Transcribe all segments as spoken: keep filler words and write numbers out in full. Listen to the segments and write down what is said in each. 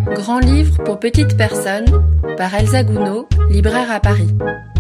Grand livre pour petites personnes par Elsa Gounod, libraire à Paris.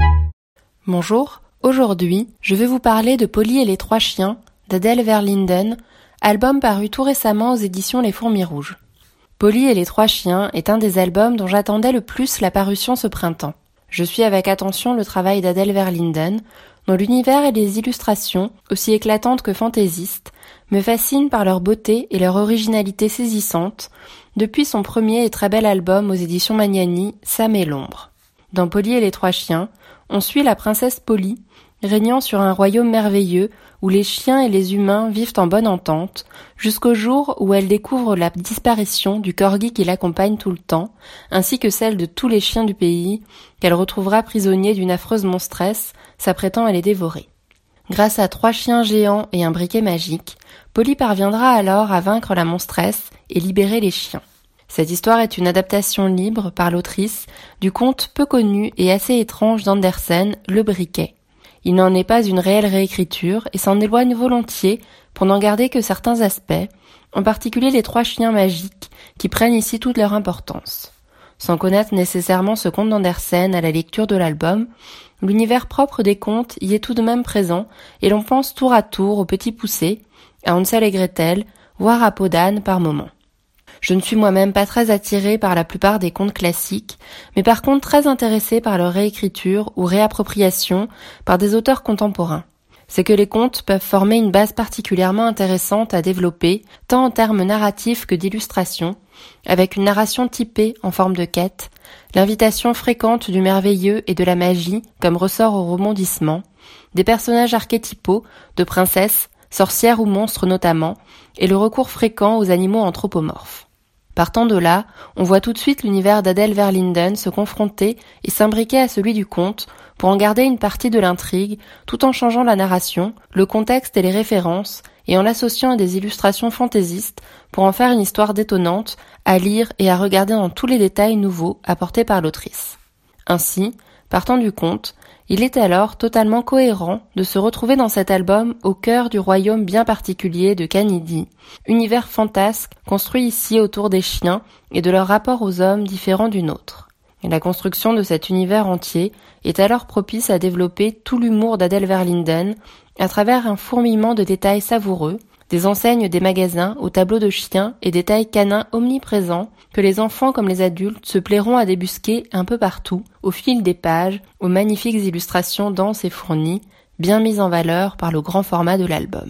Bonjour, aujourd'hui, je vais vous parler de Polly et les trois chiens d'Adèle Verlinden, album paru tout récemment aux éditions Les Fourmis Rouges. Polly et les trois chiens est un des albums dont j'attendais le plus la parution ce printemps. Je suis avec attention le travail d'Adèle Verlinden, dont l'univers et les illustrations, aussi éclatantes que fantaisistes, me fascinent par leur beauté et leur originalité saisissante, depuis son premier et très bel album aux éditions Magnani, Sam et l'ombre. Dans Polly et les trois chiens, on suit la princesse Polly, régnant sur un royaume merveilleux où les chiens et les humains vivent en bonne entente, jusqu'au jour où elle découvre la disparition du corgi qui l'accompagne tout le temps, ainsi que celle de tous les chiens du pays, qu'elle retrouvera prisonniers d'une affreuse monstresse, s'apprêtant à les dévorer. Grâce à trois chiens géants et un briquet magique, Polly parviendra alors à vaincre la monstresse et libérer les chiens. Cette histoire est une adaptation libre par l'autrice du conte peu connu et assez étrange d'Andersen, Le Briquet. Il n'en est pas une réelle réécriture et s'en éloigne volontiers pour n'en garder que certains aspects, en particulier les trois chiens magiques qui prennent ici toute leur importance. Sans connaître nécessairement ce conte d'Andersen à la lecture de l'album, l'univers propre des contes y est tout de même présent et l'on pense tour à tour au Petit Poucet, à Hansel et Gretel, voire à Peau d'âne par moments. Je ne suis moi-même pas très attirée par la plupart des contes classiques, mais par contre très intéressée par leur réécriture ou réappropriation par des auteurs contemporains. C'est que les contes peuvent former une base particulièrement intéressante à développer, tant en termes narratifs que d'illustration, avec une narration typée en forme de quête, l'invitation fréquente du merveilleux et de la magie comme ressort au rebondissement, des personnages archétypaux, de princesses, sorcières ou monstres notamment, et le recours fréquent aux animaux anthropomorphes. Partant de là, on voit tout de suite l'univers d'Adèle Verlinden se confronter et s'imbriquer à celui du conte pour en garder une partie de l'intrigue, tout en changeant la narration, le contexte et les références, et en l'associant à des illustrations fantaisistes pour en faire une histoire détonnante, à lire et à regarder dans tous les détails nouveaux apportés par l'autrice. Ainsi, partant du conte, il est alors totalement cohérent de se retrouver dans cet album au cœur du royaume bien particulier de Canidy, univers fantasque construit ici autour des chiens et de leur rapport aux hommes différent du nôtre. Et la construction de cet univers entier est alors propice à développer tout l'humour d'Adèle Verlinden à travers un fourmillement de détails savoureux, des enseignes des magasins aux tableaux de chiens et des tailles canins omniprésents que les enfants comme les adultes se plairont à débusquer un peu partout, au fil des pages, aux magnifiques illustrations denses et fournies, bien mises en valeur par le grand format de l'album.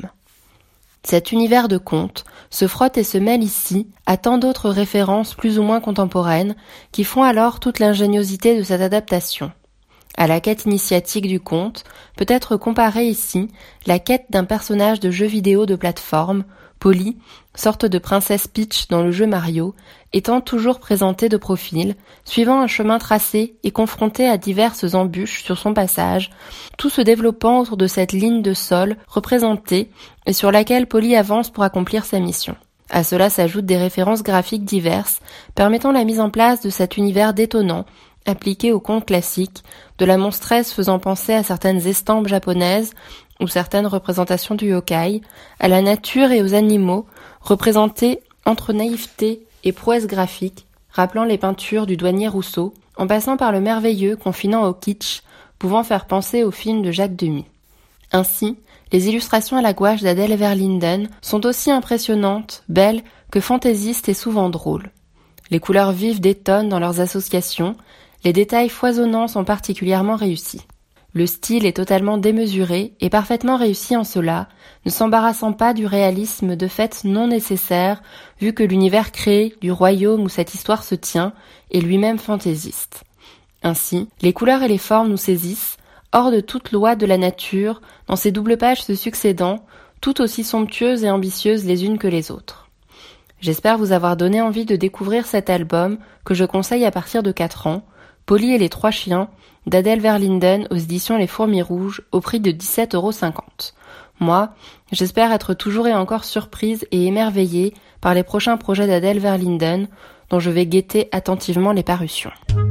Cet univers de contes se frotte et se mêle ici à tant d'autres références plus ou moins contemporaines qui font alors toute l'ingéniosité de cette adaptation. À la quête initiatique du conte, peut être comparée ici la quête d'un personnage de jeu vidéo de plateforme, Polly, sorte de princesse Peach dans le jeu Mario, étant toujours présentée de profil, suivant un chemin tracé et confrontée à diverses embûches sur son passage, tout se développant autour de cette ligne de sol représentée et sur laquelle Polly avance pour accomplir sa mission. À cela s'ajoutent des références graphiques diverses, permettant la mise en place de cet univers détonnant, appliqué aux contes classiques, de la monstresse faisant penser à certaines estampes japonaises ou certaines représentations du yokai, à la nature et aux animaux, représentés entre naïveté et prouesse graphique, rappelant les peintures du douanier Rousseau, en passant par le merveilleux confinant au kitsch, pouvant faire penser au film de Jacques Demy. Ainsi, les illustrations à la gouache d'Adèle Verlinden sont aussi impressionnantes, belles, que fantaisistes et souvent drôles. Les couleurs vives détonnent dans leurs associations, les détails foisonnants sont particulièrement réussis. Le style est totalement démesuré et parfaitement réussi en cela, ne s'embarrassant pas du réalisme de fait non nécessaire, vu que l'univers créé du royaume où cette histoire se tient est lui-même fantaisiste. Ainsi, les couleurs et les formes nous saisissent, hors de toute loi de la nature, dans ces doubles pages se succédant, tout aussi somptueuses et ambitieuses les unes que les autres. J'espère vous avoir donné envie de découvrir cet album que je conseille à partir de quatre ans, Polly et les trois chiens, d'Adèle Verlinden aux éditions Les Fourmis Rouges au prix de dix-sept euros cinquante. Moi, j'espère être toujours et encore surprise et émerveillée par les prochains projets d'Adèle Verlinden dont je vais guetter attentivement les parutions.